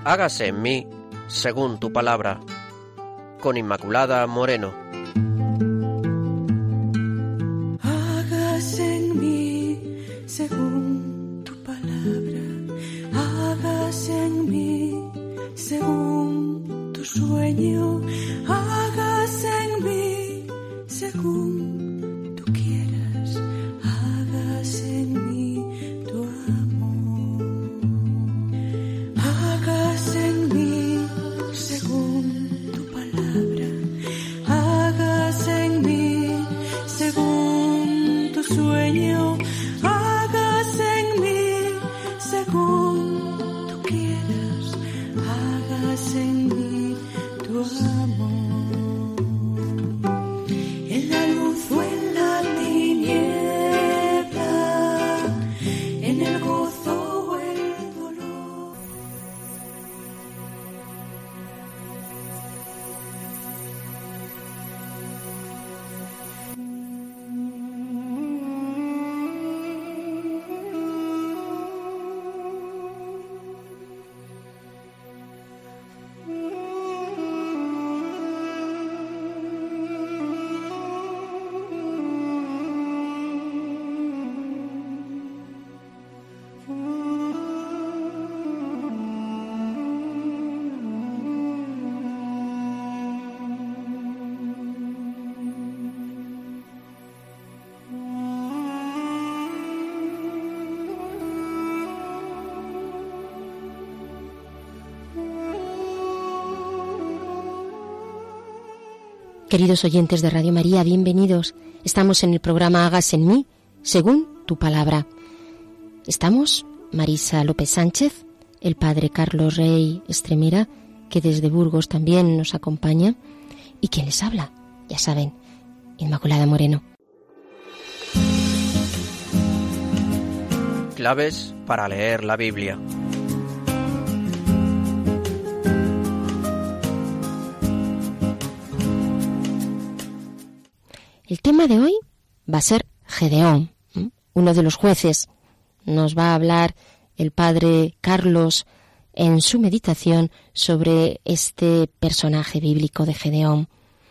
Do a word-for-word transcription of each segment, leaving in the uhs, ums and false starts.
hágase en mí según tu palabra. Con Inmaculada Moreno. Hágase en mí según tu palabra, hágase en mí según tu sueño, hágase en mí según tú quieras, hágase en mí tu amor, hágase en mí según tu palabra, hágase en mí según tu sueño, hágase en mí según tú quieras, hágase en mí tu amor. En la luz o en la tiniebla, en el gozo o el dolor. Queridos oyentes de Radio María, bienvenidos. Estamos en el programa Hágase en mí, según tu palabra. Estamos Marisa López Sánchez, el padre Carlos Rey Estremera, que desde Burgos también nos acompaña, y quien les habla, ya saben, Inmaculada Moreno. Claves para leer la Biblia. El tema de hoy va a ser Gedeón, ¿eh? uno de los jueces. Nos va a hablar el padre Carlos en su meditación sobre este personaje bíblico de Gedeón.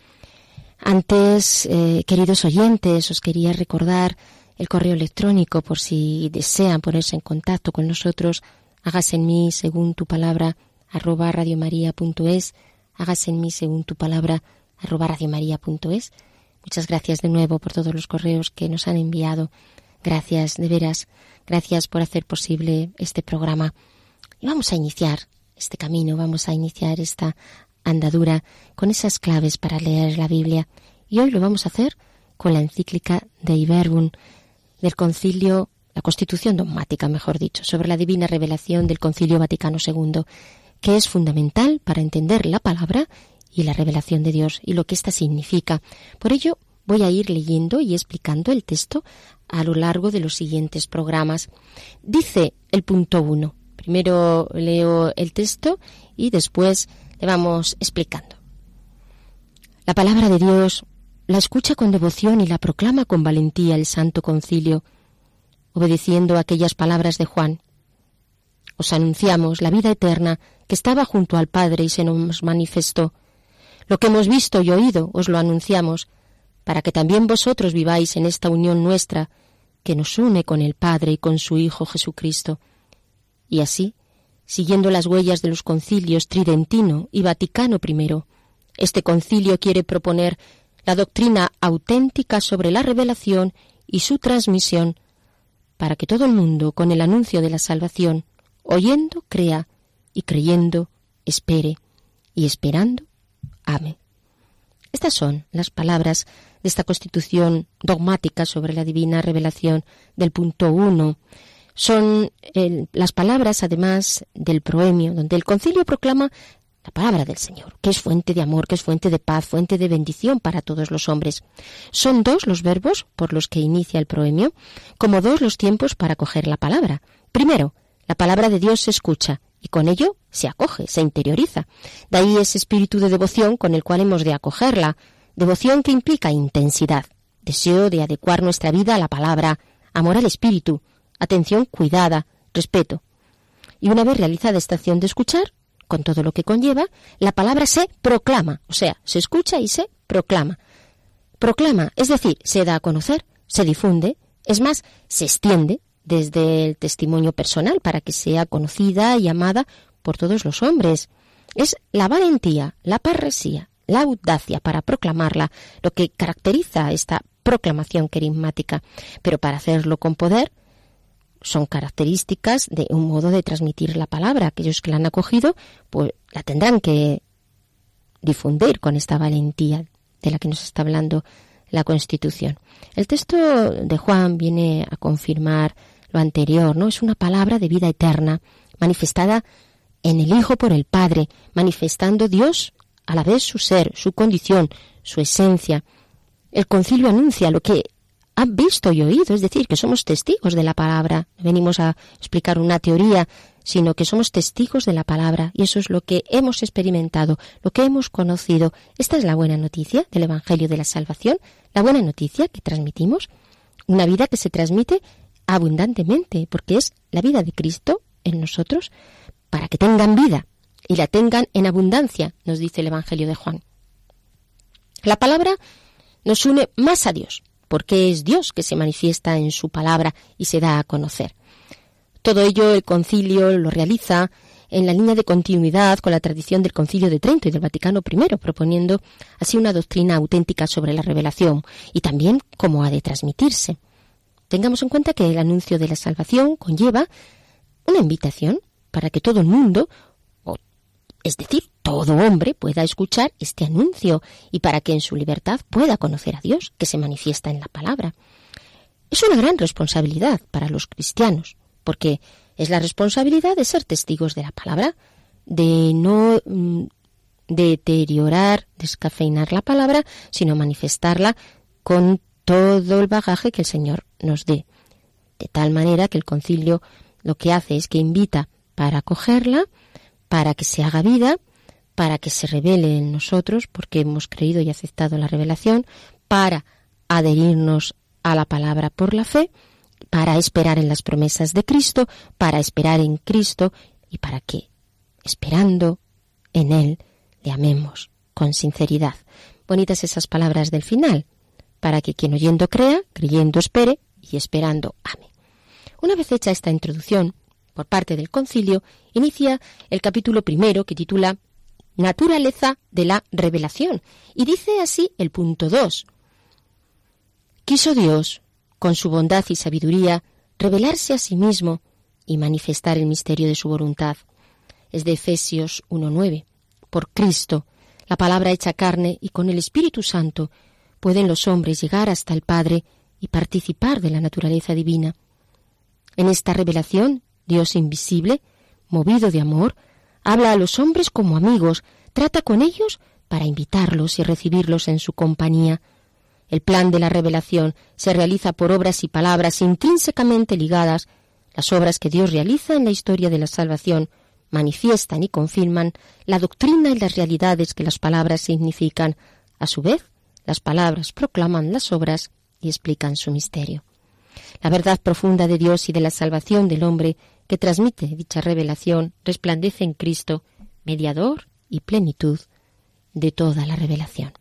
Antes, eh, queridos oyentes, os quería recordar el correo electrónico por si desean ponerse en contacto con nosotros. Hágase en mí según tu palabra arroba radiomaria.es, hágase en mí según tu palabra arroba radiomaria.es. Muchas gracias de nuevo por todos los correos que nos han enviado. Gracias, de veras. Gracias por hacer posible este programa. Y vamos a iniciar este camino, vamos a iniciar esta andadura con esas claves para leer la Biblia. Y hoy lo vamos a hacer con la encíclica Dei Verbum del Concilio, la Constitución Dogmática, mejor dicho, sobre la divina revelación del Concilio Vaticano segundo, que es fundamental para entender la palabra y la revelación de Dios y lo que ésta significa. Por ello, voy a ir leyendo y explicando el texto a lo largo de los siguientes programas. Dice el punto uno. Primero leo el texto y después le vamos explicando. La palabra de Dios la escucha con devoción y la proclama con valentía el Santo Concilio, obedeciendo a aquellas palabras de Juan. Os anunciamos la vida eterna que estaba junto al Padre y se nos manifestó. Lo que hemos visto y oído os lo anunciamos, para que también vosotros viváis en esta unión nuestra, que nos une con el Padre y con su Hijo Jesucristo. Y así, siguiendo las huellas de los concilios Tridentino y Vaticano primero, este concilio quiere proponer la doctrina auténtica sobre la revelación y su transmisión, para que todo el mundo, con el anuncio de la salvación, oyendo, crea, y creyendo, espere, y esperando, ame. Estas son las palabras de esta Constitución Dogmática sobre la divina revelación del punto uno. Son el, las palabras, además, del proemio, donde el concilio proclama la palabra del Señor, que es fuente de amor, que es fuente de paz, fuente de bendición para todos los hombres. Son dos los verbos por los que inicia el proemio, como dos los tiempos para acoger la palabra. Primero, la palabra de Dios se escucha, y con ello se acoge, se interioriza. De ahí ese espíritu de devoción con el cual hemos de acogerla, devoción que implica intensidad, deseo de adecuar nuestra vida a la palabra, amor al espíritu, atención cuidada, respeto. Y una vez realizada esta acción de escuchar, con todo lo que conlleva, la palabra se proclama, o sea, se escucha y se proclama. Proclama, es decir, se da a conocer, se difunde, es más, se extiende desde el testimonio personal para que sea conocida y amada por todos los hombres. Es la valentía, la parresía, la audacia para proclamarla lo que caracteriza esta proclamación querigmática, pero para hacerlo con poder son características de un modo de transmitir la palabra. Aquellos que la han acogido, pues la tendrán que difundir con esta valentía de la que nos está hablando la Constitución. El texto de Juan viene a confirmar lo anterior, ¿no? Es una palabra de vida eterna, manifestada en el Hijo por el Padre, manifestando Dios a la vez su ser, su condición, su esencia. El concilio anuncia lo que han visto y oído, es decir, que somos testigos de la palabra. No venimos a explicar una teoría, sino que somos testigos de la palabra, y eso es lo que hemos experimentado, lo que hemos conocido. Esta es la buena noticia del Evangelio de la Salvación, la buena noticia que transmitimos, una vida que se transmite abundantemente, porque es la vida de Cristo en nosotros, para que tengan vida y la tengan en abundancia, nos dice el Evangelio de Juan. La palabra nos une más a Dios, porque es Dios que se manifiesta en su palabra y se da a conocer. Todo ello el concilio lo realiza en la línea de continuidad con la tradición del Concilio de Trento y del Vaticano primero, proponiendo así una doctrina auténtica sobre la revelación y también cómo ha de transmitirse. Tengamos en cuenta que el anuncio de la salvación conlleva una invitación para que todo el mundo, o, es decir, todo hombre, pueda escuchar este anuncio y para que en su libertad pueda conocer a Dios, que se manifiesta en la palabra. Es una gran responsabilidad para los cristianos, porque es la responsabilidad de ser testigos de la palabra, de no mm, deteriorar, descafeinar la palabra, sino manifestarla con todo el bagaje que el Señor nos dé. De tal manera que el concilio lo que hace es que invita para acogerla, para que se haga vida, para que se revele en nosotros, porque hemos creído y aceptado la revelación, para adherirnos a la palabra por la fe, para esperar en las promesas de Cristo, para esperar en Cristo y para que, esperando en Él, le amemos con sinceridad. Bonitas esas palabras del final, para que quien oyendo crea, creyendo espere y esperando ame. Una vez hecha esta introducción por parte del concilio, inicia el capítulo primero que titula Naturaleza de la revelación y dice así el punto dos. Quiso Dios, con su bondad y sabiduría, revelarse a sí mismo y manifestar el misterio de su voluntad. Es de Efesios uno nueve. Por Cristo, la palabra hecha carne y con el Espíritu Santo, pueden los hombres llegar hasta el Padre y participar de la naturaleza divina. En esta revelación, Dios invisible, movido de amor, habla a los hombres como amigos, trata con ellos para invitarlos y recibirlos en su compañía. El plan de la revelación se realiza por obras y palabras intrínsecamente ligadas. Las obras que Dios realiza en la historia de la salvación manifiestan y confirman la doctrina y las realidades que las palabras significan. A su vez, las palabras proclaman las obras y explican su misterio. La verdad profunda de Dios y de la salvación del hombre que transmite dicha revelación resplandece en Cristo, mediador y plenitud de toda la revelación.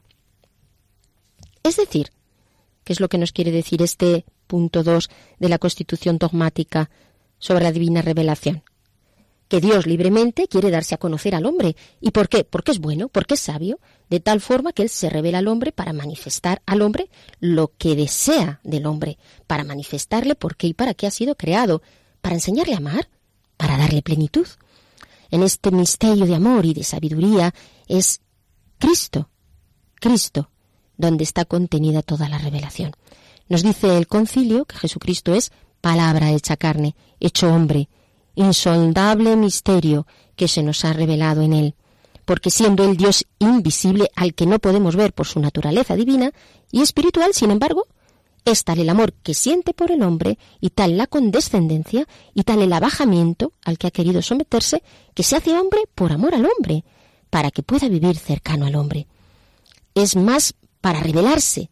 Es decir, ¿qué es lo que nos quiere decir este punto dos de la Constitución dogmática sobre la divina revelación? Que Dios libremente quiere darse a conocer al hombre. ¿Y por qué? Porque es bueno, porque es sabio, de tal forma que Él se revela al hombre para manifestar al hombre lo que desea del hombre, para manifestarle por qué y para qué ha sido creado, para enseñarle a amar, para darle plenitud. En este misterio de amor y de sabiduría es Cristo, Cristo, donde está contenida toda la revelación. Nos dice el concilio que Jesucristo es palabra hecha carne, hecho hombre, insondable misterio que se nos ha revelado en Él, porque siendo Él Dios invisible al que no podemos ver por su naturaleza divina y espiritual, sin embargo, es tal el amor que siente por el hombre y tal la condescendencia y tal el abajamiento al que ha querido someterse que se hace hombre por amor al hombre, para que pueda vivir cercano al hombre. Es más para revelarse,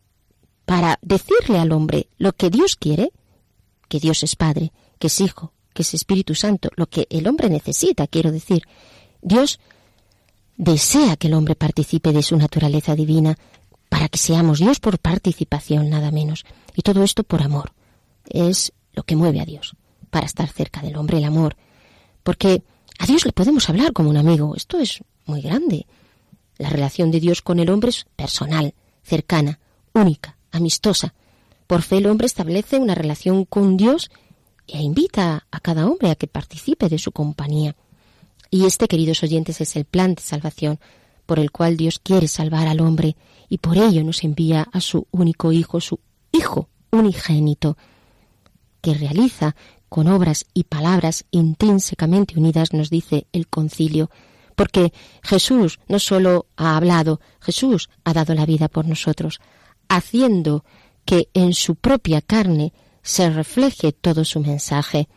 para decirle al hombre lo que Dios quiere, que Dios es Padre, que es Hijo, que es Espíritu Santo, lo que el hombre necesita, quiero decir. Dios desea que el hombre participe de su naturaleza divina para que seamos Dios por participación, nada menos. Y todo esto por amor. Es lo que mueve a Dios, para estar cerca del hombre, el amor. Porque a Dios le podemos hablar como un amigo. Esto es muy grande. La relación de Dios con el hombre es personal, cercana, única, amistosa. Por fe el hombre establece una relación con Dios e invita a cada hombre a que participe de su compañía. Y este, queridos oyentes, es el plan de salvación por el cual Dios quiere salvar al hombre y por ello nos envía a su único Hijo, su Hijo unigénito, que realiza con obras y palabras intrínsecamente unidas, nos dice el concilio, porque Jesús no solo ha hablado, Jesús ha dado la vida por nosotros, haciendo que en su propia carne se refleje todo su mensaje.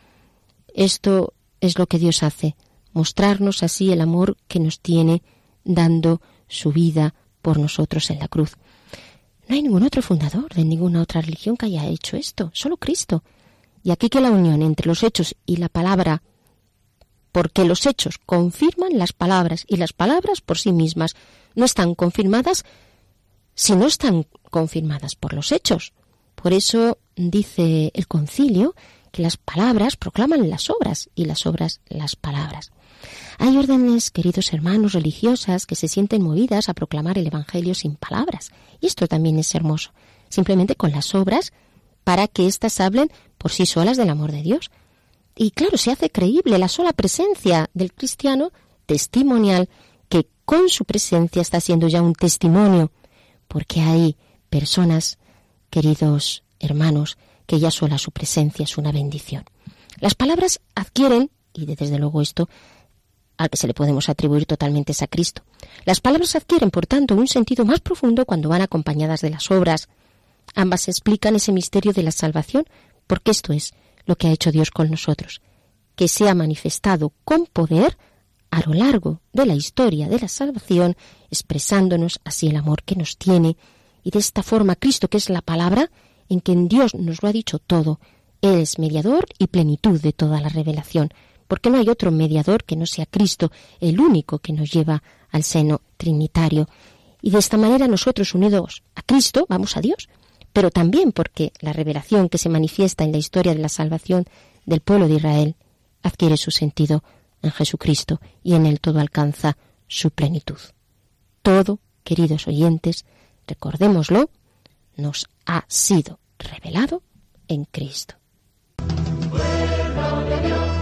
Esto es lo que Dios hace, mostrarnos así el amor que nos tiene, dando su vida por nosotros en la cruz. No hay ningún otro fundador de ninguna otra religión que haya hecho esto, solo Cristo. Y aquí que la unión entre los hechos y la palabra, porque los hechos confirman las palabras y las palabras por sí mismas no están confirmadas si no están confirmadas por los hechos. Por eso dice el concilio que las palabras proclaman las obras y las obras las palabras. Hay órdenes, queridos hermanos, religiosas que se sienten movidas a proclamar el Evangelio sin palabras. Y esto también es hermoso, simplemente con las obras para que éstas hablen por sí solas del amor de Dios. Y claro, se hace creíble la sola presencia del cristiano testimonial, que con su presencia está siendo ya un testimonio, porque hay personas, queridos hermanos, que ya sola su presencia es una bendición. Las palabras adquieren, y desde luego esto al que se le podemos atribuir totalmente es a Cristo, las palabras adquieren, por tanto, un sentido más profundo cuando van acompañadas de las obras. Ambas explican ese misterio de la salvación, porque esto es lo que ha hecho Dios con nosotros, que se ha manifestado con poder a lo largo de la historia de la salvación, expresándonos así el amor que nos tiene, y de esta forma Cristo, que es la palabra, en quien Dios nos lo ha dicho todo, Él es mediador y plenitud de toda la revelación, porque no hay otro mediador que no sea Cristo, el único que nos lleva al seno trinitario. Y de esta manera nosotros, unidos a Cristo, vamos a Dios, pero también porque la revelación que se manifiesta en la historia de la salvación del pueblo de Israel adquiere su sentido en Jesucristo y en él todo alcanza su plenitud. Todo, queridos oyentes, recordémoslo, nos ha sido revelado en Cristo. Pueblo de Dios,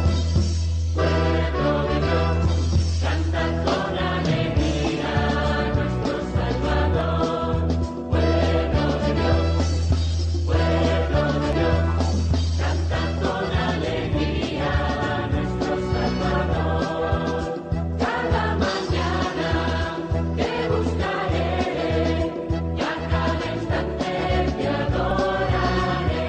pueblo de Dios, canta con alegría nuestro Salvador. Pueblo de Dios, pueblo de Dios, canta con alegría nuestro Salvador. Cada mañana te buscaré y a cada instante te adoraré.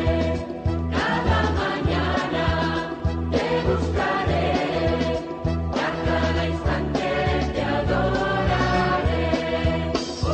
Cada mañana te buscaré y a cada instante te adoraré.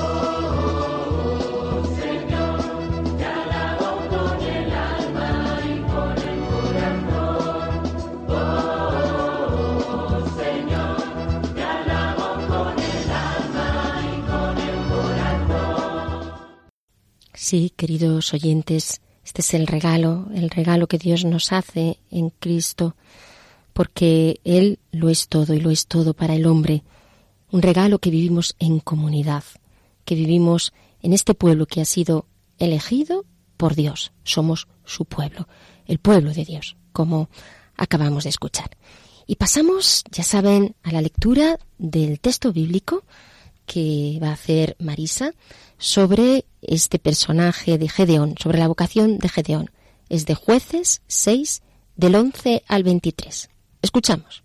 Oh, Señor, te alabo con el alma y con el corazón. Oh, Señor, te alabo con el alma y con el corazón. Sí, queridos oyentes, este es el regalo, el regalo que Dios nos hace en Cristo, porque Él lo es todo y lo es todo para el hombre. Un regalo que vivimos en comunidad, que vivimos en este pueblo que ha sido elegido por Dios. Somos su pueblo, el pueblo de Dios, como acabamos de escuchar. Y pasamos, ya saben, a la lectura del texto bíblico que va a hacer Marisa sobre este personaje de Gedeón, sobre la vocación de Gedeón. Es de Jueces seis, del once al veintitrés. Escuchamos.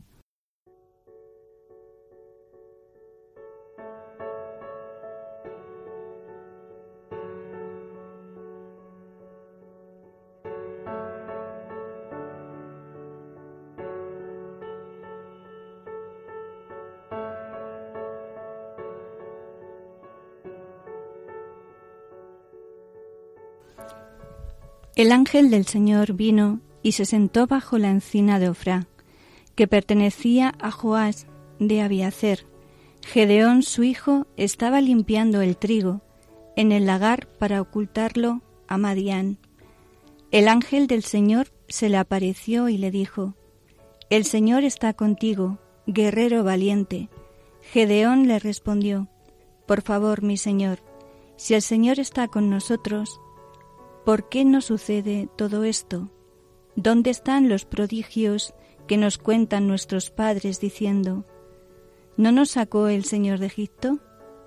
El ángel del Señor vino y se sentó bajo la encina de Ofrá, que pertenecía a Joás de Abiacer. Gedeón, su hijo, estaba limpiando el trigo en el lagar para ocultarlo a Madián. El ángel del Señor se le apareció y le dijo: «El Señor está contigo, guerrero valiente». Gedeón le respondió: «Por favor, mi Señor, si el Señor está con nosotros, ¿por qué nos sucede todo esto? ¿Dónde están los prodigios que nos cuentan nuestros padres diciendo: ¿no nos sacó el Señor de Egipto?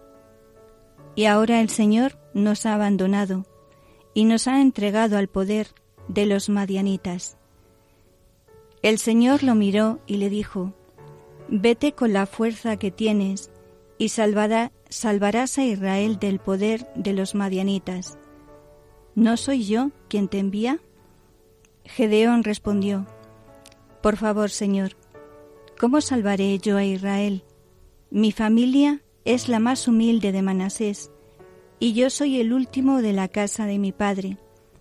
Y ahora el Señor nos ha abandonado y nos ha entregado al poder de los madianitas». El Señor lo miró y le dijo: «Vete con la fuerza que tienes y salvará, salvarás a Israel del poder de los madianitas. ¿No soy yo quien te envía?». Gedeón respondió: «Por favor, Señor, ¿cómo salvaré yo a Israel? Mi familia es la más humilde de Manasés, y yo soy el último de la casa de mi padre».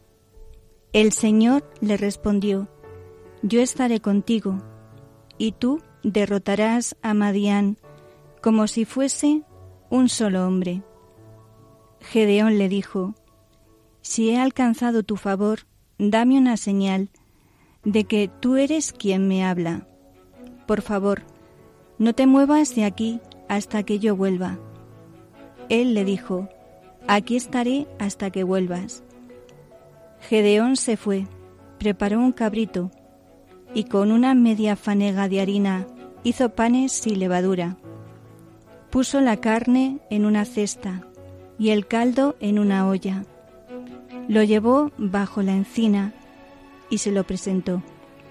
El Señor le respondió: «Yo estaré contigo, y tú derrotarás a Madián como si fuese un solo hombre». Gedeón le dijo: «Si he alcanzado tu favor, dame una señal de que tú eres quien me habla. Por favor, no te muevas de aquí hasta que yo vuelva». Él le dijo: «Aquí estaré hasta que vuelvas». Gedeón se fue, preparó un cabrito, y con una media fanega de harina hizo panes sin levadura. Puso la carne en una cesta y el caldo en una olla. Lo llevó bajo la encina y se lo presentó.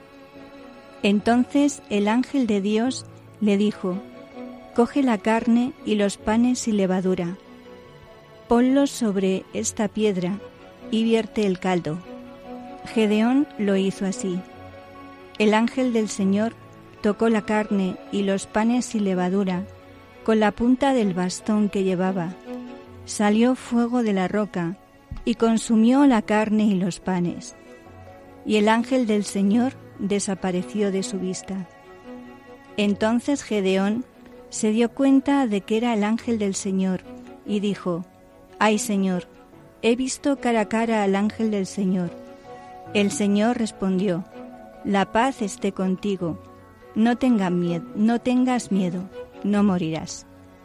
Entonces el ángel de Dios le dijo: «Coge la carne y los panes sin levadura, ponlos sobre esta piedra y vierte el caldo». Gedeón lo hizo así. El ángel del Señor tocó la carne y los panes sin levadura con la punta del bastón que llevaba. Salió fuego de la roca y consumió la carne y los panes. Y el ángel del Señor desapareció de su vista. Entonces Gedeón se dio cuenta de que era el ángel del Señor y dijo: «Ay, Señor, he visto cara a cara al ángel del Señor». El Señor respondió: «La paz esté contigo, no tengas miedo, no tengas miedo, no morirás».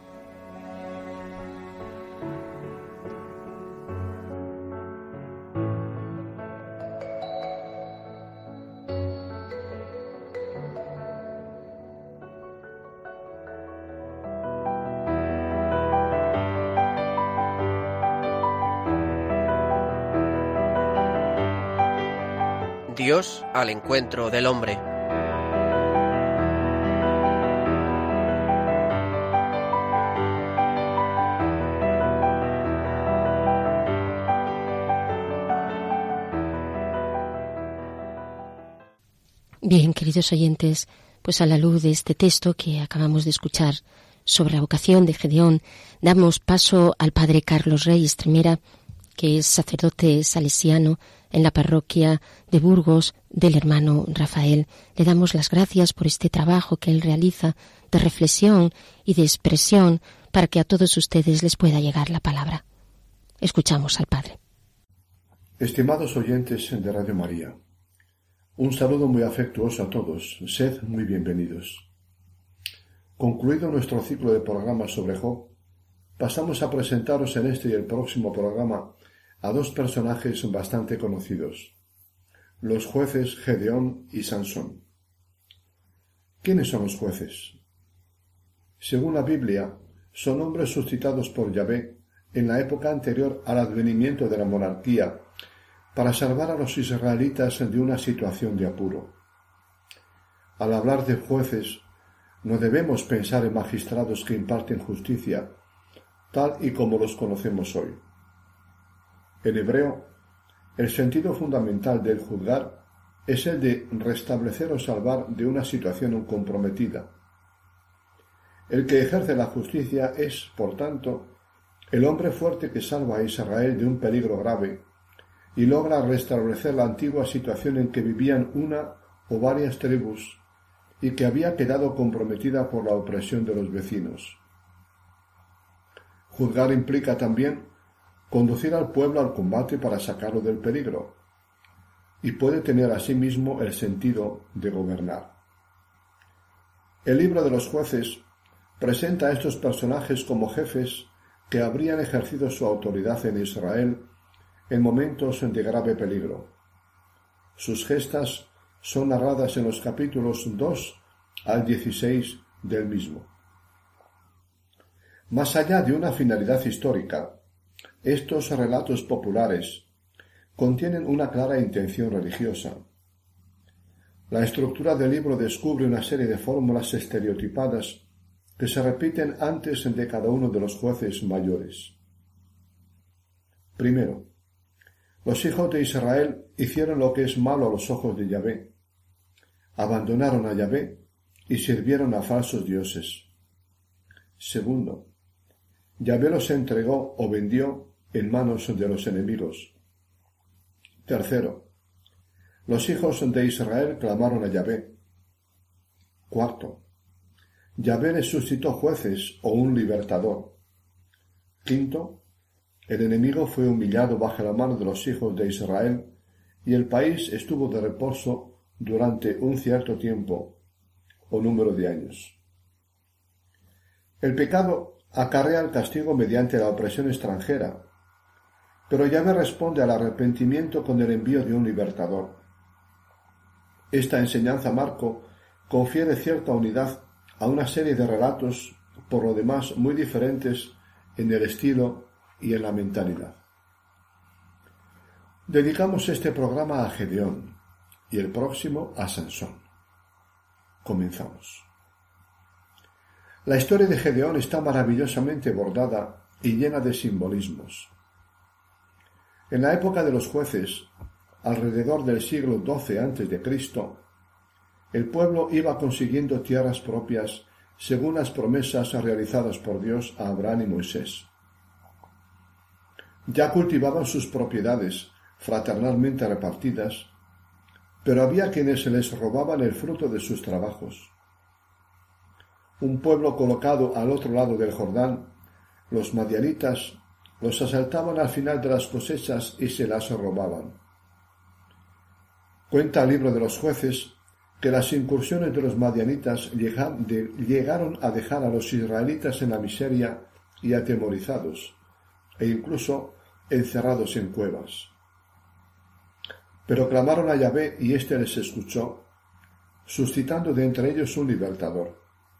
Dios al encuentro del hombre. Bien, queridos oyentes, pues a la luz de este texto que acabamos de escuchar sobre la vocación de Gedeón, damos paso al padre Carlos Rey Estremera, que es sacerdote salesiano en la parroquia de Burgos del hermano Rafael. Le damos las gracias por este trabajo que él realiza de reflexión y de expresión para que a todos ustedes les pueda llegar la palabra. Escuchamos al padre. Estimados oyentes de Radio María, un saludo muy afectuoso a todos. Sed muy bienvenidos. Concluido nuestro ciclo de programas sobre Job, pasamos a presentaros en este y el próximo programa a dos personajes bastante conocidos, los jueces Gedeón y Sansón. ¿Quiénes son los jueces? Según la Biblia, son hombres suscitados por Yahvé en la época anterior al advenimiento de la monarquía para salvar a los israelitas de una situación de apuro. Al hablar de jueces, no debemos pensar en magistrados que imparten justicia, tal y como los conocemos hoy. En hebreo, el sentido fundamental del juzgar es el de restablecer o salvar de una situación comprometida. El que ejerce la justicia es, por tanto, el hombre fuerte que salva a Israel de un peligro grave y logra restablecer la antigua situación en que vivían una o varias tribus y que había quedado comprometida por la opresión de los vecinos. Juzgar implica también conducir al pueblo al combate para sacarlo del peligro, y puede tener asimismo el sentido de gobernar. El libro de los Jueces presenta a estos personajes como jefes que habrían ejercido su autoridad en Israel en momentos de grave peligro. Sus gestas son narradas en los capítulos dos al dieciséis del mismo. Más allá de una finalidad histórica, estos relatos populares contienen una clara intención religiosa. La estructura del libro descubre una serie de fórmulas estereotipadas que se repiten antes de cada uno de los jueces mayores. Primero, los hijos de Israel hicieron lo que es malo a los ojos de Yahvé, abandonaron a Yahvé y sirvieron a falsos dioses. Segundo, Yahvé los entregó o vendió en manos de los enemigos. Tercero, los hijos de Israel clamaron a Yahvé. Cuarto, Yahvé les suscitó jueces o un libertador. Quinto, el enemigo fue humillado bajo la mano de los hijos de Israel y el país estuvo de reposo durante un cierto tiempo o número de años. El pecado acarrea el castigo mediante la opresión extranjera, pero Yahvé responde al arrepentimiento con el envío de un libertador. Esta enseñanza marco confiere cierta unidad a una serie de relatos, por lo demás muy diferentes en el estilo y en la mentalidad. Dedicamos este programa a Gedeón y el próximo a Sansón. Comenzamos. La historia de Gedeón está maravillosamente bordada y llena de simbolismos. En la época de los jueces, alrededor del siglo doce antes de Cristo, el pueblo iba consiguiendo tierras propias según las promesas realizadas por Dios a Abraham y Moisés. Ya cultivaban sus propiedades fraternalmente repartidas, pero había quienes se les robaban el fruto de sus trabajos. Un pueblo colocado al otro lado del Jordán, los madianitas, los asaltaban al final de las cosechas y se las robaban. Cuenta el libro de los Jueces que las incursiones de los madianitas llegaron a dejar a los israelitas en la miseria y atemorizados, e incluso encerrados en cuevas. Pero clamaron a Yahvé y éste les escuchó, suscitando de entre ellos un libertador.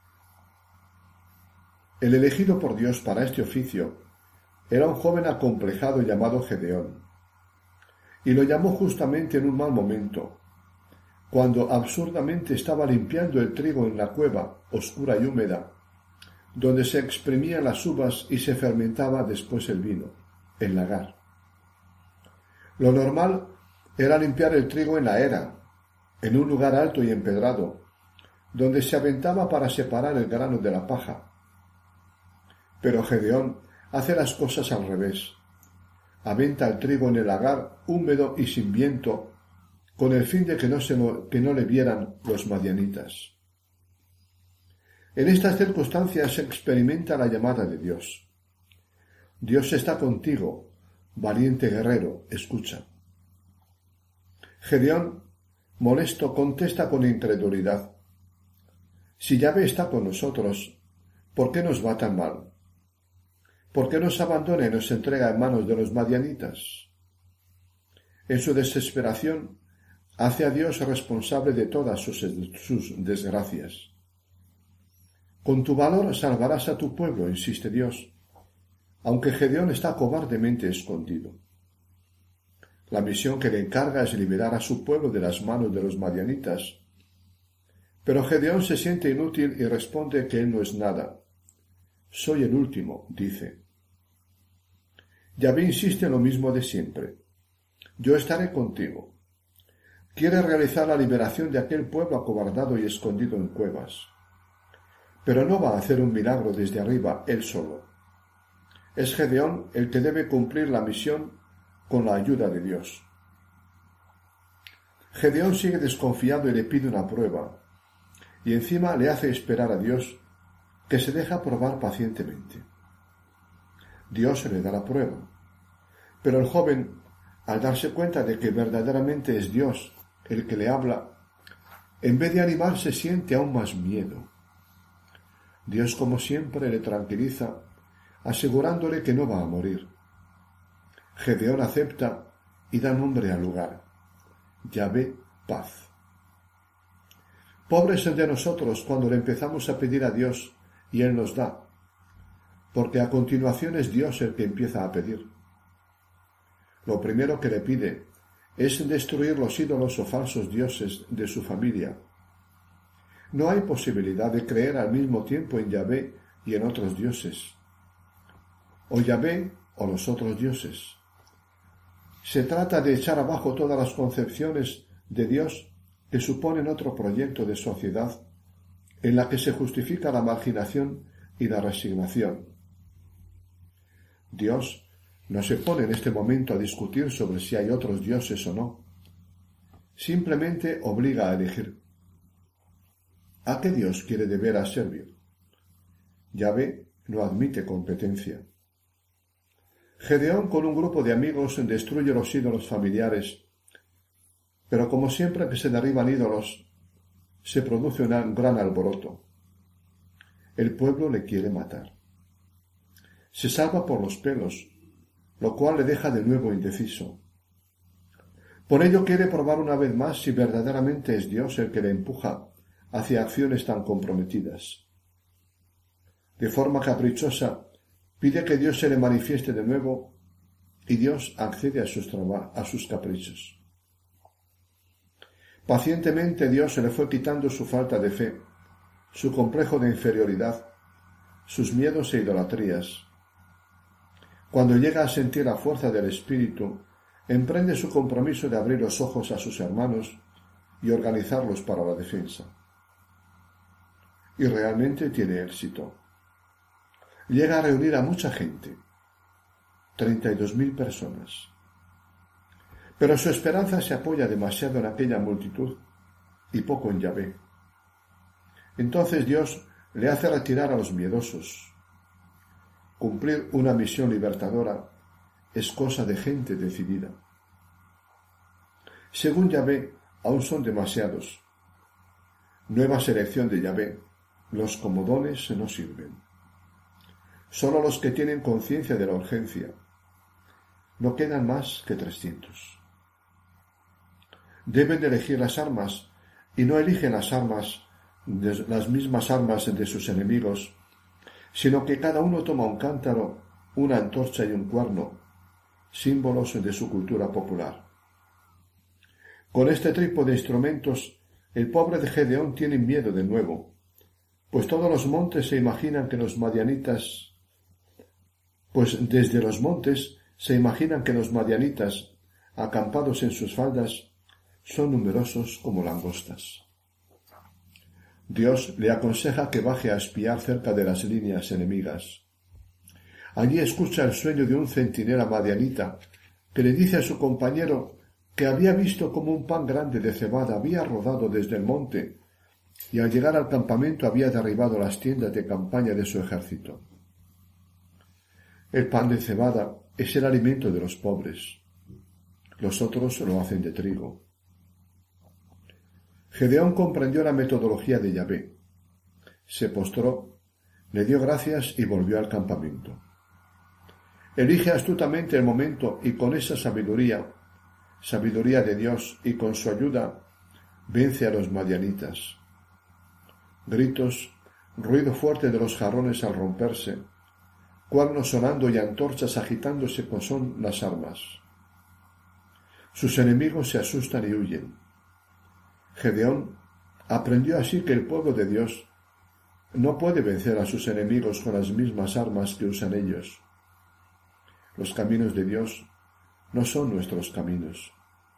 El elegido por Dios para este oficio era un joven acomplejado llamado Gedeón, y lo llamó justamente en un mal momento, cuando absurdamente estaba limpiando el trigo en la cueva oscura y húmeda, donde se exprimían las uvas y se fermentaba después el vino, el lagar. Lo normal era limpiar el trigo en la era, en un lugar alto y empedrado, donde se aventaba para separar el grano de la paja. Pero Gedeón hace las cosas al revés. Aventa el trigo en el lagar húmedo y sin viento, con el fin de que no, se lo, que no le vieran los madianitas. En estas circunstancias se experimenta la llamada de Dios. Dios está contigo, valiente guerrero, escucha. Gedeón, molesto, contesta con incredulidad. Si Yahvé está con nosotros, ¿por qué nos va tan mal? ¿Por qué nos abandona y nos entrega en manos de los madianitas? En su desesperación, hace a Dios responsable de todas sus, sus desgracias. Con tu valor salvarás a tu pueblo, insiste Dios, aunque Gedeón está cobardemente escondido. La misión que le encarga es liberar a su pueblo de las manos de los madianitas. Pero Gedeón se siente inútil y responde que él no es nada. Soy el último, dice. Yahvé insiste en lo mismo de siempre. Yo estaré contigo. Quiere realizar la liberación de aquel pueblo acobardado y escondido en cuevas. Pero no va a hacer un milagro desde arriba él solo. Es Gedeón el que debe cumplir la misión con la ayuda de Dios. Gedeón sigue desconfiando y le pide una prueba, y encima le hace esperar a Dios, que se deja probar pacientemente. Dios le da la prueba, pero el joven, al darse cuenta de que verdaderamente es Dios el que le habla, en vez de animarse siente aún más miedo. Dios, como siempre, le tranquiliza, asegurándole que no va a morir. Gedeón acepta y da nombre al lugar: Yahvé, paz. Pobres de nosotros cuando le empezamos a pedir a Dios y Él nos da, porque a continuación es Dios el que empieza a pedir. Lo primero que le pide es destruir los ídolos o falsos dioses de su familia. No hay posibilidad de creer al mismo tiempo en Yahvé y en otros dioses. O Yahvé o los otros dioses. Se trata de echar abajo todas las concepciones de Dios que suponen otro proyecto de sociedad en la que se justifica la marginación y la resignación. Dios no se pone en este momento a discutir sobre si hay otros dioses o no. Simplemente obliga a elegir. ¿A qué Dios quiere de veras servir? Yahvé no admite competencia. Gedeón con un grupo de amigos destruye los ídolos familiares, pero como siempre que se derriban ídolos, se produce un gran alboroto. El pueblo le quiere matar. Se salva por los pelos, lo cual le deja de nuevo indeciso. Por ello quiere probar una vez más si verdaderamente es Dios el que le empuja hacia acciones tan comprometidas. De forma caprichosa, pide que Dios se le manifieste de nuevo y Dios accede a sus, a sus caprichos. Pacientemente Dios se le fue quitando su falta de fe, su complejo de inferioridad, sus miedos e idolatrías. Cuando llega a sentir la fuerza del Espíritu, emprende su compromiso de abrir los ojos a sus hermanos y organizarlos para la defensa. Y realmente tiene éxito. Llega a reunir a mucha gente, treinta y dos mil personas. Pero su esperanza se apoya demasiado en aquella multitud y poco en Yahvé. Entonces Dios le hace retirar a los miedosos. Cumplir una misión libertadora es cosa de gente decidida. Según Yahvé, aún son demasiados. Nueva selección de Yahvé, los comodones no sirven. Solo los que tienen conciencia de la urgencia. No quedan más que trescientos. Deben de elegir las armas, y no eligen las armas, de, las mismas armas de sus enemigos, sino que cada uno toma un cántaro, una antorcha y un cuerno, símbolos de su cultura popular. Con este tipo de instrumentos, el pobre de Gedeón tiene miedo de nuevo, pues todos los montes se imaginan que los madianitas pues desde los montes se imaginan que los madianitas, acampados en sus faldas, son numerosos como langostas. Dios le aconseja que baje a espiar cerca de las líneas enemigas. Allí escucha el sueño de un centinela madianita que le dice a su compañero que había visto como un pan grande de cebada había rodado desde el monte y al llegar al campamento había derribado las tiendas de campaña de su ejército. El pan de cebada es el alimento de los pobres. Los otros lo hacen de trigo. Gedeón comprendió la metodología de Yahvé. Se postró, le dio gracias y volvió al campamento. Elige astutamente el momento y con esa sabiduría, sabiduría de Dios y con su ayuda, vence a los madianitas. Gritos, ruido fuerte de los jarrones al romperse, cuernos sonando y antorchas agitándose pues son las armas. Sus enemigos se asustan y huyen. Gedeón aprendió así que el pueblo de Dios no puede vencer a sus enemigos con las mismas armas que usan ellos. Los caminos de Dios no son nuestros caminos.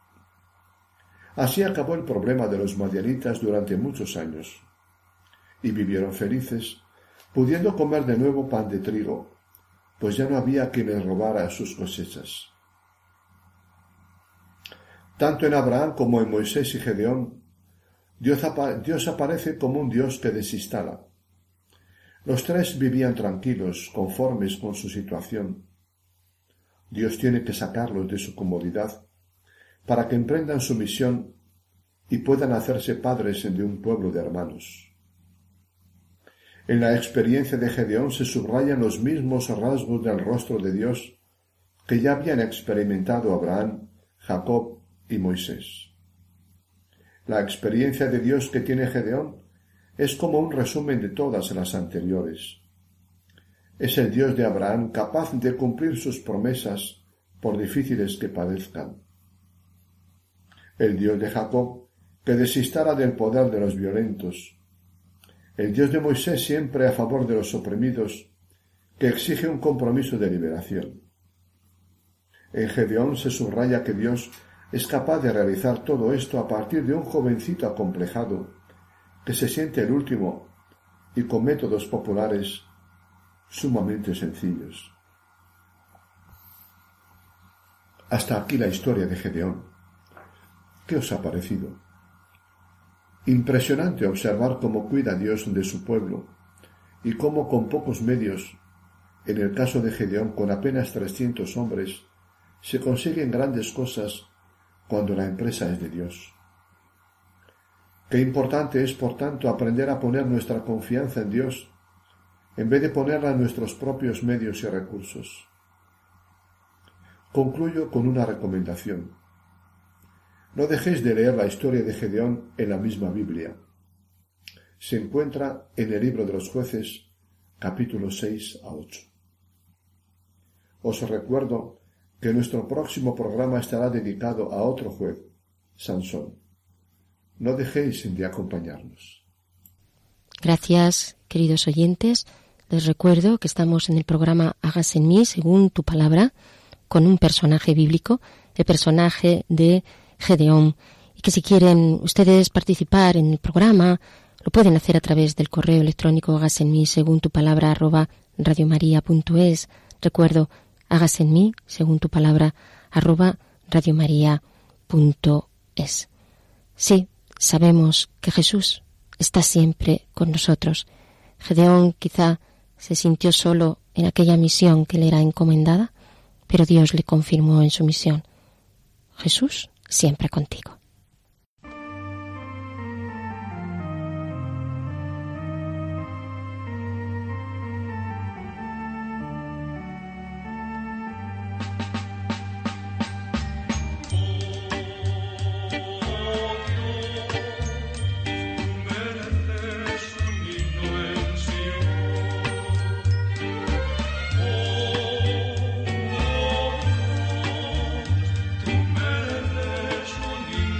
Así acabó el problema de los madianitas durante muchos años, y vivieron felices, pudiendo comer de nuevo pan de trigo, pues ya no había quien les robara sus cosechas. Tanto en Abraham como en Moisés y Gedeón, Dios, apa- Dios aparece como un Dios que desinstala. Los tres vivían tranquilos, conformes con su situación. Dios tiene que sacarlos de su comodidad para que emprendan su misión y puedan hacerse padres de un pueblo de hermanos. En la experiencia de Gedeón se subrayan los mismos rasgos del rostro de Dios que ya habían experimentado Abraham, Jacob y Moisés. La experiencia de Dios que tiene Gedeón es como un resumen de todas las anteriores. Es el Dios de Abraham capaz de cumplir sus promesas por difíciles que parezcan. El Dios de Jacob que desinstara del poder de los violentos. El Dios de Moisés siempre a favor de los oprimidos, que exige un compromiso de liberación. En Gedeón se subraya que Dios es capaz de realizar todo esto a partir de un jovencito acomplejado, que se siente el último y con métodos populares sumamente sencillos. Hasta aquí la historia de Gedeón. ¿Qué os ha parecido? Impresionante observar cómo cuida Dios de su pueblo y cómo con pocos medios, en el caso de Gedeón con apenas trescientos hombres, se consiguen grandes cosas cuando la empresa es de Dios. Qué importante es, por tanto, aprender a poner nuestra confianza en Dios en vez de ponerla en nuestros propios medios y recursos. Concluyo con una recomendación. No dejéis de leer la historia de Gedeón en la misma Biblia. Se encuentra en el libro de los Jueces, capítulos seis a ocho. Os recuerdo que nuestro próximo programa estará dedicado a otro juez, Sansón. No dejéis de acompañarnos. Gracias, queridos oyentes. Les recuerdo que estamos en el programa Hágase en mí según tu palabra, con un personaje bíblico, el personaje de Gedeón, y que si quieren ustedes participar en el programa, lo pueden hacer a través del correo electrónico hágase en mí según tu palabra arroba radiomaria.es. Recuerdo, hágase en mí según tu palabra arroba radiomaria.es. Sí, sabemos que Jesús está siempre con nosotros. Gedeón quizá se sintió solo en aquella misión que le era encomendada, pero Dios le confirmó en su misión. Jesús siempre contigo. Tú mereces un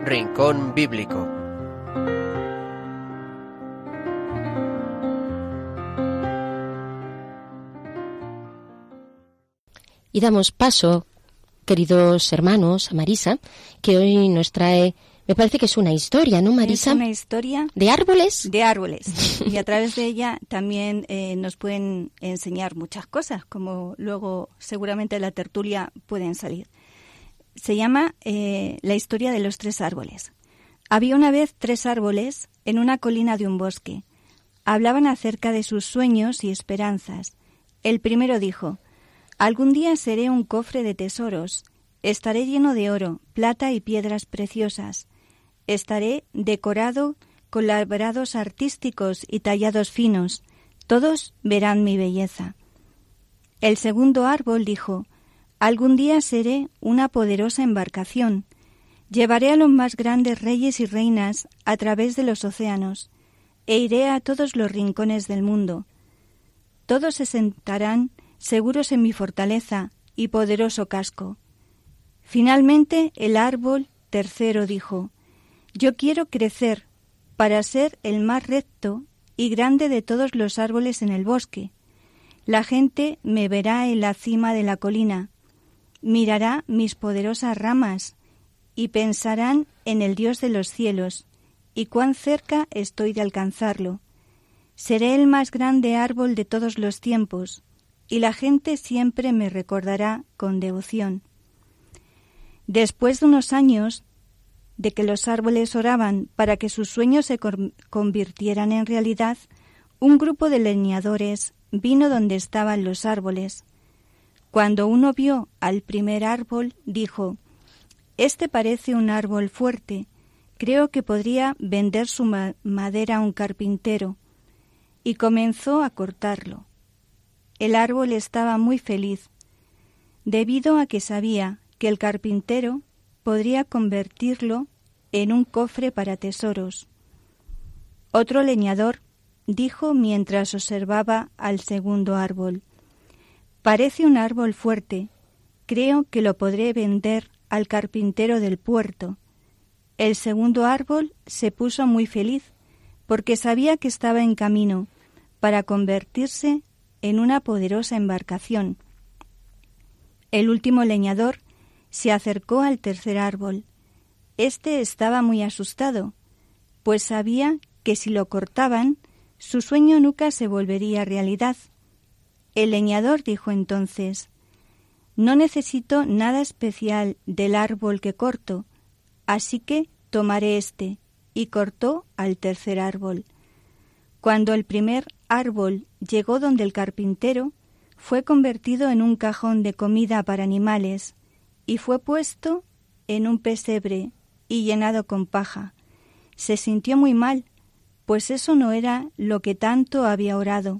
Rincón Bíblico. Y damos paso, queridos hermanos, a Marisa, que hoy nos trae, me parece que es una historia, ¿no, Marisa? Es una historia de árboles. De árboles. Y a través de ella también eh, nos pueden enseñar muchas cosas, como luego seguramente en la tertulia pueden salir. Se llama eh, La historia de los tres árboles. Había una vez tres árboles en una colina de un bosque. Hablaban acerca de sus sueños y esperanzas. El primero dijo: algún día seré un cofre de tesoros, estaré lleno de oro, plata y piedras preciosas. Estaré decorado con labrados artísticos y tallados finos. Todos verán mi belleza. El segundo árbol dijo: algún día seré una poderosa embarcación. Llevaré a los más grandes reyes y reinas a través de los océanos, e iré a todos los rincones del mundo. Todos se sentarán seguros en mi fortaleza y poderoso casco. Finalmente el árbol tercero dijo: yo quiero crecer para ser el más recto y grande de todos los árboles en el bosque. La gente me verá en la cima de la colina, mirará mis poderosas ramas y pensarán en el Dios de los cielos y cuán cerca estoy de alcanzarlo. Seré el más grande árbol de todos los tiempos, y la gente siempre me recordará con devoción. Después de unos años de que los árboles oraban para que sus sueños se convirtieran en realidad, un grupo de leñadores vino donde estaban los árboles. Cuando uno vio al primer árbol, dijo: este parece un árbol fuerte, creo que podría vender su ma- madera a un carpintero. Y comenzó a cortarlo. El árbol estaba muy feliz, debido a que sabía que el carpintero podría convertirlo en un cofre para tesoros. Otro leñador dijo mientras observaba al segundo árbol: parece un árbol fuerte, creo que lo podré vender al carpintero del puerto. El segundo árbol se puso muy feliz, porque sabía que estaba en camino para convertirse en una poderosa embarcación. El último leñador se acercó al tercer árbol. Este estaba muy asustado, pues sabía que si lo cortaban, su sueño nunca se volvería realidad. El leñador dijo entonces: no necesito nada especial del árbol que corto, así que tomaré este, y cortó al tercer árbol. Cuando el primer árbol llegó donde el carpintero, fue convertido en un cajón de comida para animales y fue puesto en un pesebre y llenado con paja. Se sintió muy mal, pues eso no era lo que tanto había orado.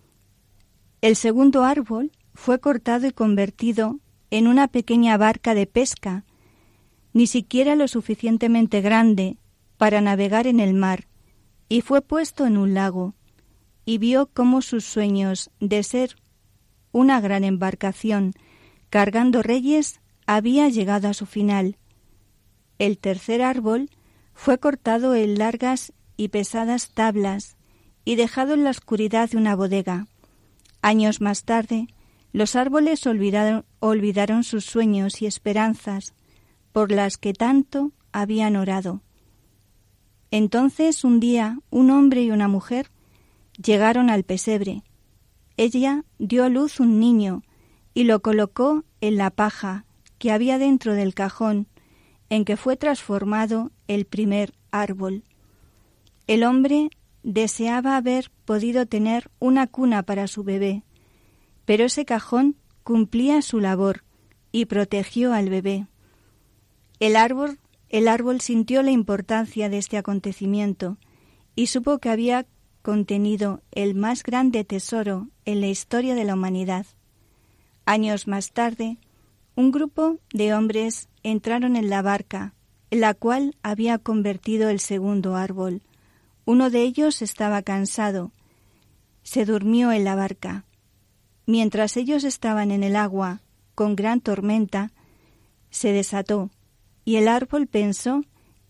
El segundo árbol fue cortado y convertido en una pequeña barca de pesca, ni siquiera lo suficientemente grande para navegar en el mar, y fue puesto en un lago, y vio cómo sus sueños de ser una gran embarcación cargando reyes había llegado a su final. El tercer árbol fue cortado en largas y pesadas tablas y dejado en la oscuridad de una bodega. Años más tarde, los árboles olvidaron, olvidaron sus sueños y esperanzas por las que tanto habían orado. Entonces, un día, un hombre y una mujer llegaron al pesebre. Ella dio a luz un niño y lo colocó en la paja que había dentro del cajón en que fue transformado el primer árbol. El hombre deseaba haber podido tener una cuna para su bebé, pero ese cajón cumplía su labor y protegió al bebé. El árbol, el árbol sintió la importancia de este acontecimiento y supo que había contenido el más grande tesoro en la historia de la humanidad. Años más tarde, un grupo de hombres entraron en la barca, en la cual había convertido el segundo árbol. Uno de ellos estaba cansado. Se durmió en la barca. Mientras ellos estaban en el agua, con gran tormenta, se desató, y el árbol pensó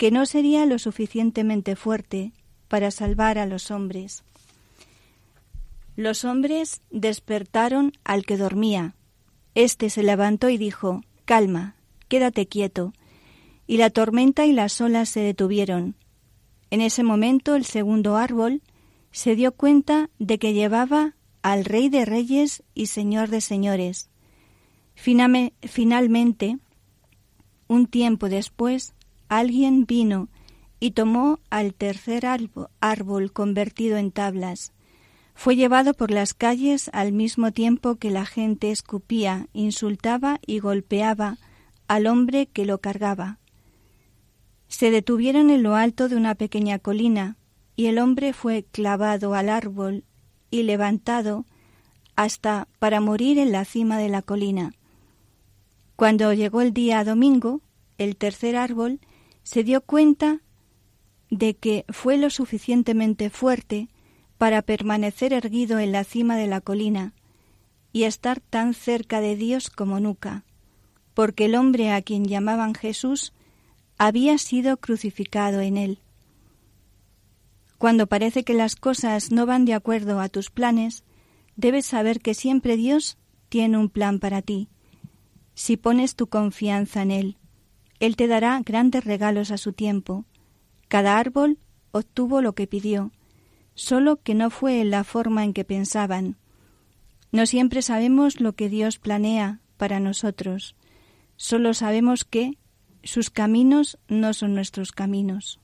que no sería lo suficientemente fuerte para salvar a los hombres. Los hombres despertaron al que dormía. Este se levantó y dijo: «Calma, quédate quieto». Y la tormenta y las olas se detuvieron. En ese momento el segundo árbol se dio cuenta de que llevaba al Rey de Reyes y Señor de Señores. Finame, finalmente, un tiempo después, alguien vino y tomó al tercer árbol convertido en tablas. Fue llevado por las calles al mismo tiempo que la gente escupía, insultaba y golpeaba al hombre que lo cargaba. Se detuvieron en lo alto de una pequeña colina, y el hombre fue clavado al árbol y levantado hasta para morir en la cima de la colina. Cuando llegó el día domingo, el tercer árbol se dio cuenta de que fue lo suficientemente fuerte para permanecer erguido en la cima de la colina y estar tan cerca de Dios como nunca, porque el hombre a quien llamaban Jesús había sido crucificado en él. Cuando parece que las cosas no van de acuerdo a tus planes, debes saber que siempre Dios tiene un plan para ti. Si pones tu confianza en Él, Él te dará grandes regalos a su tiempo. Cada árbol obtuvo lo que pidió, solo que no fue en la forma en que pensaban. No siempre sabemos lo que Dios planea para nosotros. Solo sabemos que sus caminos no son nuestros caminos.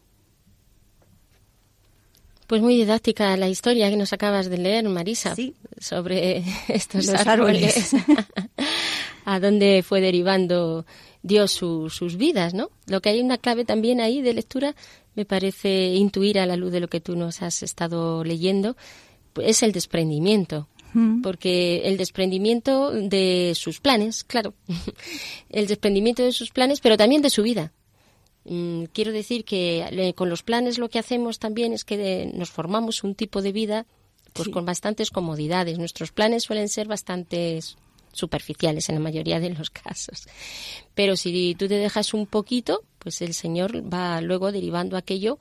Pues muy didáctica la historia que nos acabas de leer, Marisa, sí, sobre estos los árboles. árboles. A dónde fue derivando Dios su, sus vidas, ¿no? Lo que hay una clave también ahí de lectura, me parece intuir a la luz de lo que tú nos has estado leyendo, pues es el desprendimiento. Mm. Porque el desprendimiento de sus planes, claro, el desprendimiento de sus planes, pero también de su vida. Mm, quiero decir que eh, con los planes lo que hacemos también es que de, nos formamos un tipo de vida pues sí, con bastantes comodidades. Nuestros planes suelen ser bastante superficiales en la mayoría de los casos. Pero si tú te dejas un poquito, pues el Señor va luego derivando aquello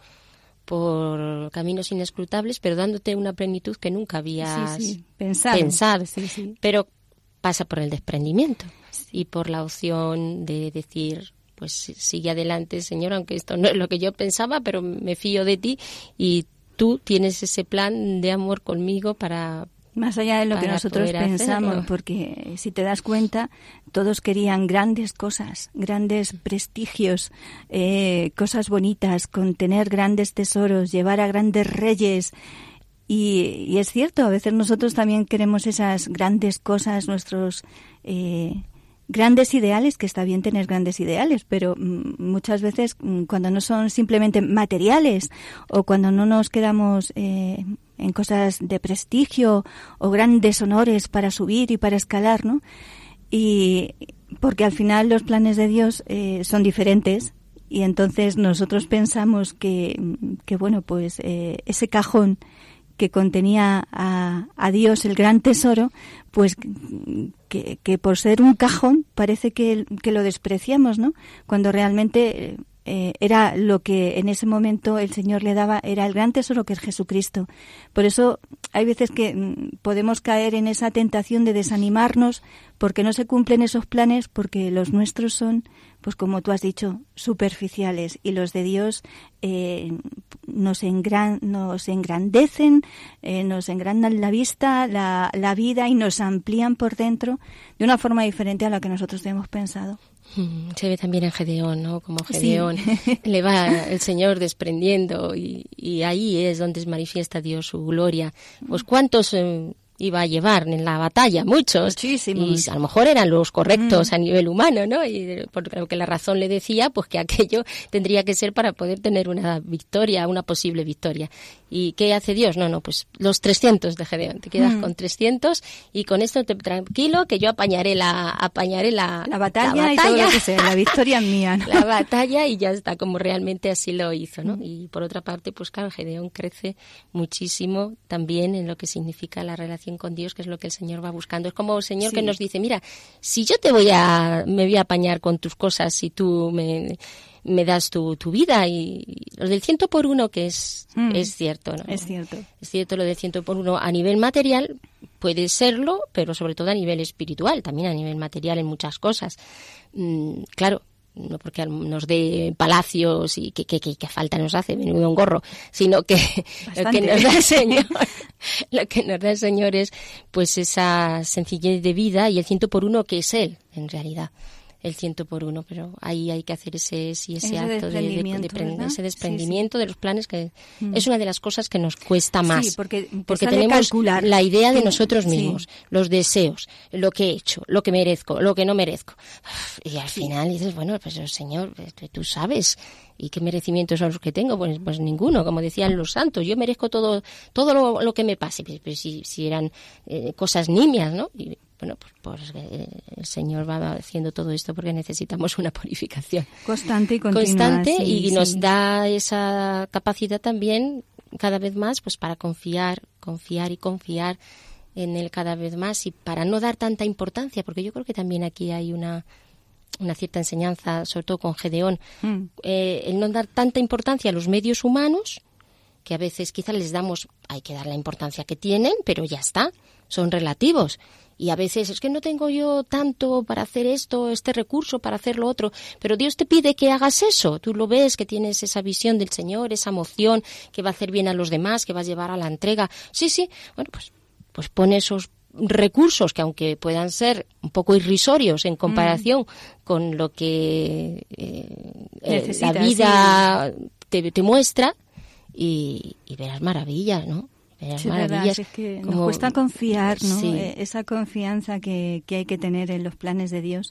por caminos inescrutables, pero dándote una plenitud que nunca habías sí, sí. pensado. pensado. Sí, sí. Pero pasa por el desprendimiento sí. y por la opción de decir, pues sigue adelante, Señor, aunque esto no es lo que yo pensaba, pero me fío de ti y tú tienes ese plan de amor conmigo para... Más allá de lo que nosotros pensamos, hacerlo. Porque si te das cuenta, todos querían grandes cosas, grandes prestigios, eh, cosas bonitas, contener grandes tesoros, llevar a grandes reyes. Y, y es cierto, a veces nosotros también queremos esas grandes cosas, nuestros eh, grandes ideales, que está bien tener grandes ideales, pero mm, muchas veces mm, cuando no son simplemente materiales o cuando no nos quedamos... Eh, en cosas de prestigio o grandes honores para subir y para escalar, ¿no? Y porque al final los planes de Dios eh, son diferentes y entonces nosotros pensamos que, que bueno, pues eh, ese cajón que contenía a, a Dios el gran tesoro, pues que, que por ser un cajón parece que, que lo despreciamos, ¿no? Cuando realmente... Eh, Eh, era lo que en ese momento el Señor le daba, era el gran tesoro que es Jesucristo. Por eso hay veces que mm, podemos caer en esa tentación de desanimarnos porque no se cumplen esos planes, porque los nuestros son, pues como tú has dicho, superficiales y los de Dios eh, nos, engran, nos engrandecen, eh, nos engrandan la vista, la, la vida y nos amplían por dentro de una forma diferente a la que nosotros hemos pensado. Se ve también en Gedeón, ¿no? Como Gedeón sí. le va el Señor desprendiendo y, y ahí es donde se manifiesta Dios su gloria. Pues cuántos eh, iba a llevar en la batalla, muchos. Muchísimos. Y a lo mejor eran los correctos mm. a nivel humano, ¿no? Y porque la razón le decía, pues que aquello tendría que ser para poder tener una victoria, una posible victoria. ¿Y qué hace Dios? No, no, pues los trescientos de Gedeón. Te quedas mm. con trescientos y con esto te tranquilo que yo apañaré la apañaré la, la, batalla, la batalla y todo lo que sea. La victoria es mía, ¿no? La batalla y ya está, como realmente así lo hizo, ¿no? Mm. Y por otra parte, pues claro, Gedeón crece muchísimo también en lo que significa la relación relación con Dios, que es lo que el Señor va buscando. Es como el Señor Sí. que nos dice, mira, si yo te voy a, me voy a apañar con tus cosas y tú me, me das tu, tu vida, y lo del ciento por uno, que es, Mm. es cierto, ¿no? Es cierto. Es cierto lo del ciento por uno a nivel material, puede serlo, pero sobre todo a nivel espiritual, también a nivel material en muchas cosas. Mm, claro, no porque nos dé palacios y que, que, que, que falta nos hace, menudo un gorro, sino que Bastante. lo que nos da el Señor, lo que nos da el Señor es pues esa sencillez de vida y el ciento por uno que es Él, en realidad. El ciento por uno, pero ahí hay que hacer ese, sí, ese, Ese acto de, de, de, desprendimiento, de ¿verdad? ese desprendimiento Sí, sí. de los planes, que Mm. es una de las cosas que nos cuesta más. Sí, porque te porque sale tenemos calcular. la idea de Sí, nosotros sí. mismos, los deseos, lo que he hecho, lo que merezco, lo que no merezco. Y al final dices, bueno, pues Señor, tú sabes, ¿y qué merecimientos son los que tengo? Pues, pues ninguno, como decían los santos, yo merezco todo todo lo, lo que me pase, pues, pues si, si eran eh, cosas nimias, ¿no? Y, bueno, pues, pues eh, el Señor va haciendo todo esto porque necesitamos una purificación Constante y continua. constante, sí, y nos sí. da esa capacidad también cada vez más pues para confiar, confiar y confiar en Él cada vez más, y para no dar tanta importancia, porque yo creo que también aquí hay una una cierta enseñanza, sobre todo con Gedeón, Mm. eh, el no dar tanta importancia a los medios humanos, que a veces quizás les damos, hay que dar la importancia que tienen, pero ya está, son relativos. Y a veces es que no tengo yo tanto para hacer esto, este recurso, para hacer lo otro. Pero Dios te pide que hagas eso. Tú lo ves, que tienes esa visión del Señor, esa emoción, que va a hacer bien a los demás, que va a llevar a la entrega. Sí, sí. Bueno, pues, pues pon esos recursos que, aunque puedan ser un poco irrisorios en comparación mm. con lo que eh, la vida sí. te, te muestra, y, y verás maravillas, ¿no? Sí, verdad, es que como... nos cuesta confiar, ¿no? Sí. Eh, esa confianza que, que hay que tener en los planes de Dios,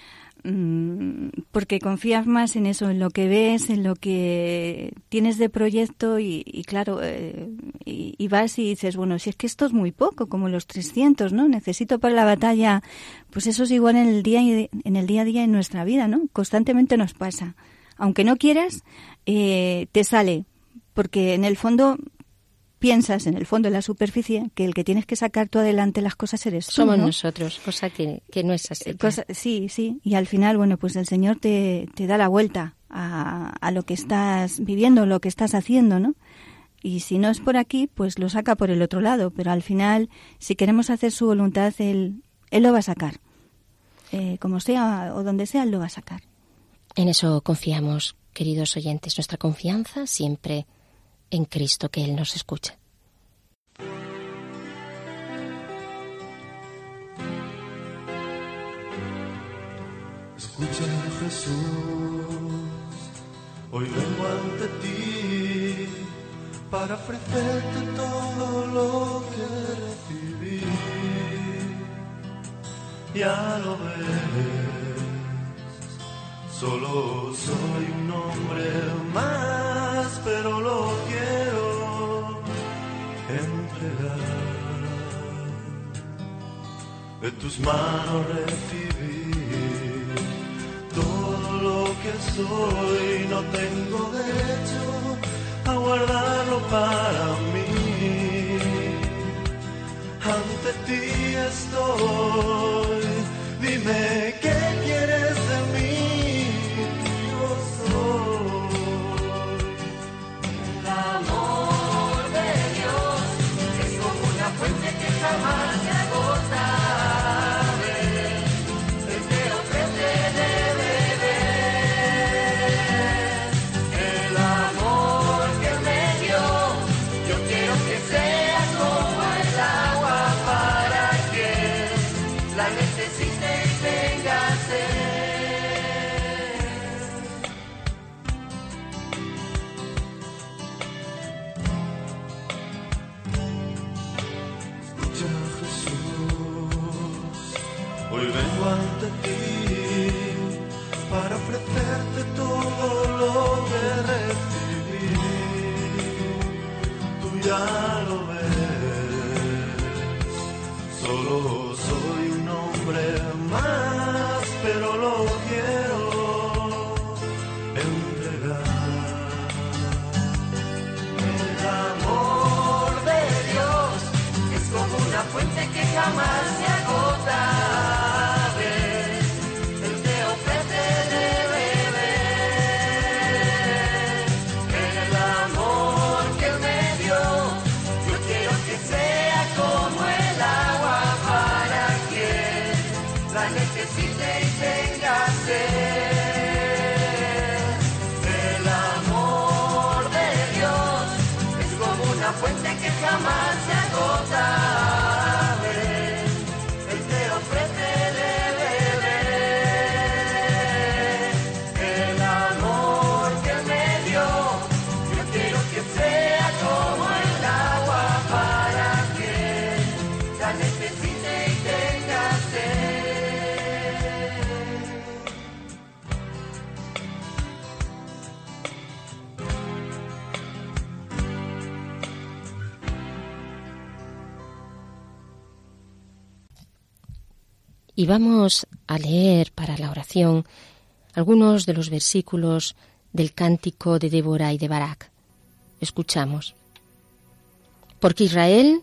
mm, porque confías más en eso, en lo que ves, en lo que tienes de proyecto, y, y claro, eh, y, y vas y dices, bueno, si es que esto es muy poco, como los trescientos, ¿no? Necesito para la batalla, pues eso es igual en el día y en el día a día en nuestra vida, ¿no? Constantemente nos pasa, aunque no quieras, eh, te sale, porque en el fondo piensas, en el fondo, en la superficie, que el que tienes que sacar tú adelante las cosas eres tú, somos ¿no? nosotros, cosa que, que no es así. Cosa, sí, sí, y al final, bueno, pues el Señor te, te da la vuelta a, a lo que estás viviendo, lo que estás haciendo, ¿no? Y si no es por aquí, pues lo saca por el otro lado, pero al final, si queremos hacer su voluntad, Él, él lo va a sacar. Eh, como sea o donde sea, Él lo va a sacar. En eso confiamos, queridos oyentes, nuestra confianza siempre en Cristo, que Él nos escucha. Escucha, Jesús, hoy vengo ante ti para ofrecerte todo lo que recibí. Ya lo ves, solo soy un hombre más, pero lo quiero entregar. De tus manos recibí todo lo que soy, no tengo derecho a guardarlo para mí. Ante ti estoy, dime qué quieres de mí. Yo soy el amor de Dios, es como una fuente que jamás se agota. Hoy vengo ante ti para ofrecerte todo lo que recibí. Tú ya lo ves, solo soy un hombre más, pero lo quiero entregar. El amor de Dios es como una fuente necesite y tenga sed. El amor de Dios es como una fuente que jamás se agota. Ven, Él te ofrece de beber. El amor que Él me dio, yo quiero que sea como el agua para que la necesite y tenga sed. Y vamos a leer para la oración algunos de los versículos del cántico de Débora y de Barak. Escuchamos. Porque Israel,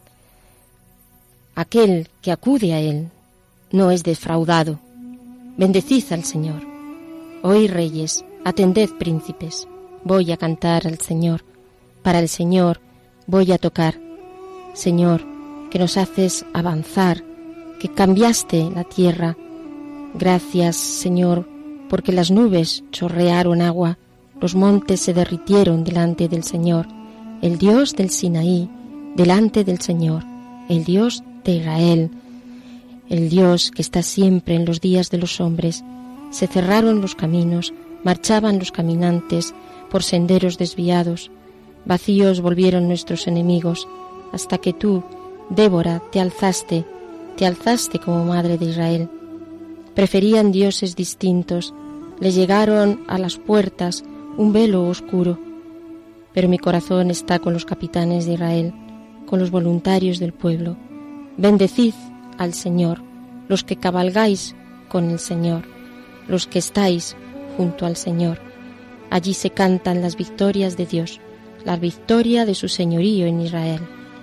aquel que acude a él, no es defraudado. Bendecid al Señor. Oíd reyes, atended príncipes. Voy a cantar al Señor. Para el Señor voy a tocar. Señor, que nos haces avanzar, que cambiaste la tierra. Gracias, Señor, porque las nubes chorrearon agua, los montes se derritieron delante del Señor, el Dios del Sinaí, delante del Señor, el Dios de Israel, el Dios que está siempre en los días de los hombres. Se cerraron los caminos, marchaban los caminantes por senderos desviados, vacíos volvieron nuestros enemigos, hasta que tú, Débora, te alzaste, te alzaste como madre de Israel. Preferían dioses distintos, les llegaron a las puertas un velo oscuro. Pero mi corazón está con los capitanes de Israel, con los voluntarios del pueblo. Bendecid al Señor, los que cabalgáis con el Señor, los que estáis junto al Señor. Allí se cantan las victorias de Dios, la victoria de su señorío en Israel.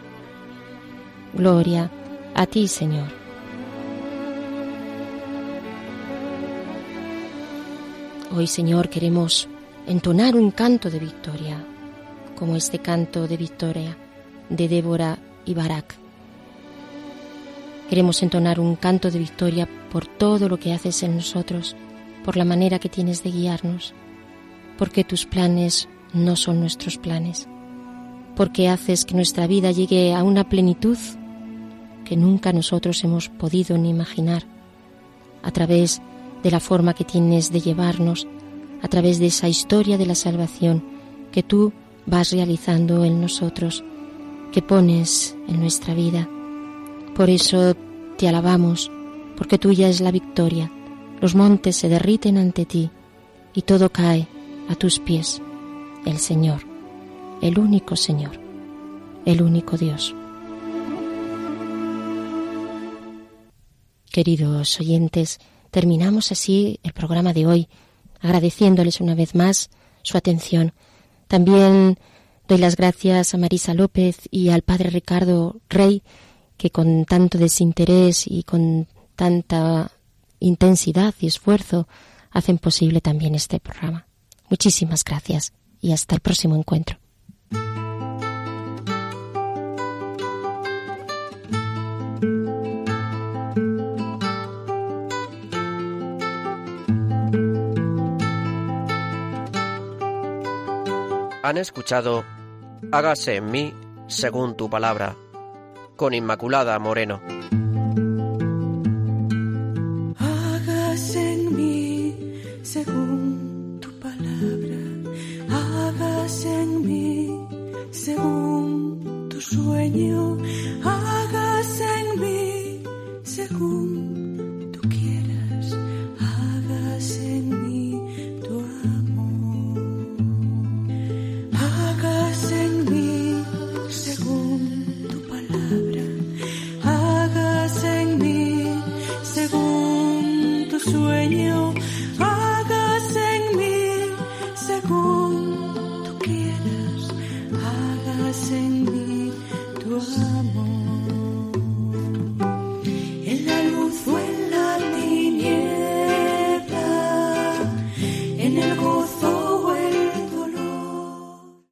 Gloria a ti, Señor. Hoy, Señor, queremos entonar un canto de victoria, como este canto de victoria de Débora y Barak. Queremos entonar un canto de victoria por todo lo que haces en nosotros, por la manera que tienes de guiarnos, porque tus planes no son nuestros planes, porque haces que nuestra vida llegue a una plenitud que nunca nosotros hemos podido ni imaginar, a través de la forma que tienes de llevarnos, a través de esa historia de la salvación que tú vas realizando en nosotros, que pones en nuestra vida. Por eso te alabamos, porque tuya es la victoria. Los montes se derriten ante ti y todo cae a tus pies. El Señor, el único Señor, el único Dios. Queridos oyentes, terminamos así el programa de hoy, agradeciéndoles una vez más su atención. También doy las gracias a Marisa López y al Padre Ricardo Rey, que con tanto desinterés y con tanta intensidad y esfuerzo hacen posible también este programa. Muchísimas gracias y hasta el próximo encuentro. Han escuchado Hágase en mí según tu palabra, con Inmaculada Moreno. Hágase en mí según tu palabra, hágase en mí según tu sueño, hágase en mí según tú quieras, hágase en mí tu amor, hágase en mí según tu palabra, hágase en mí según tu sueño, hágase en mí según tú quieras, hágase en mí tu amor.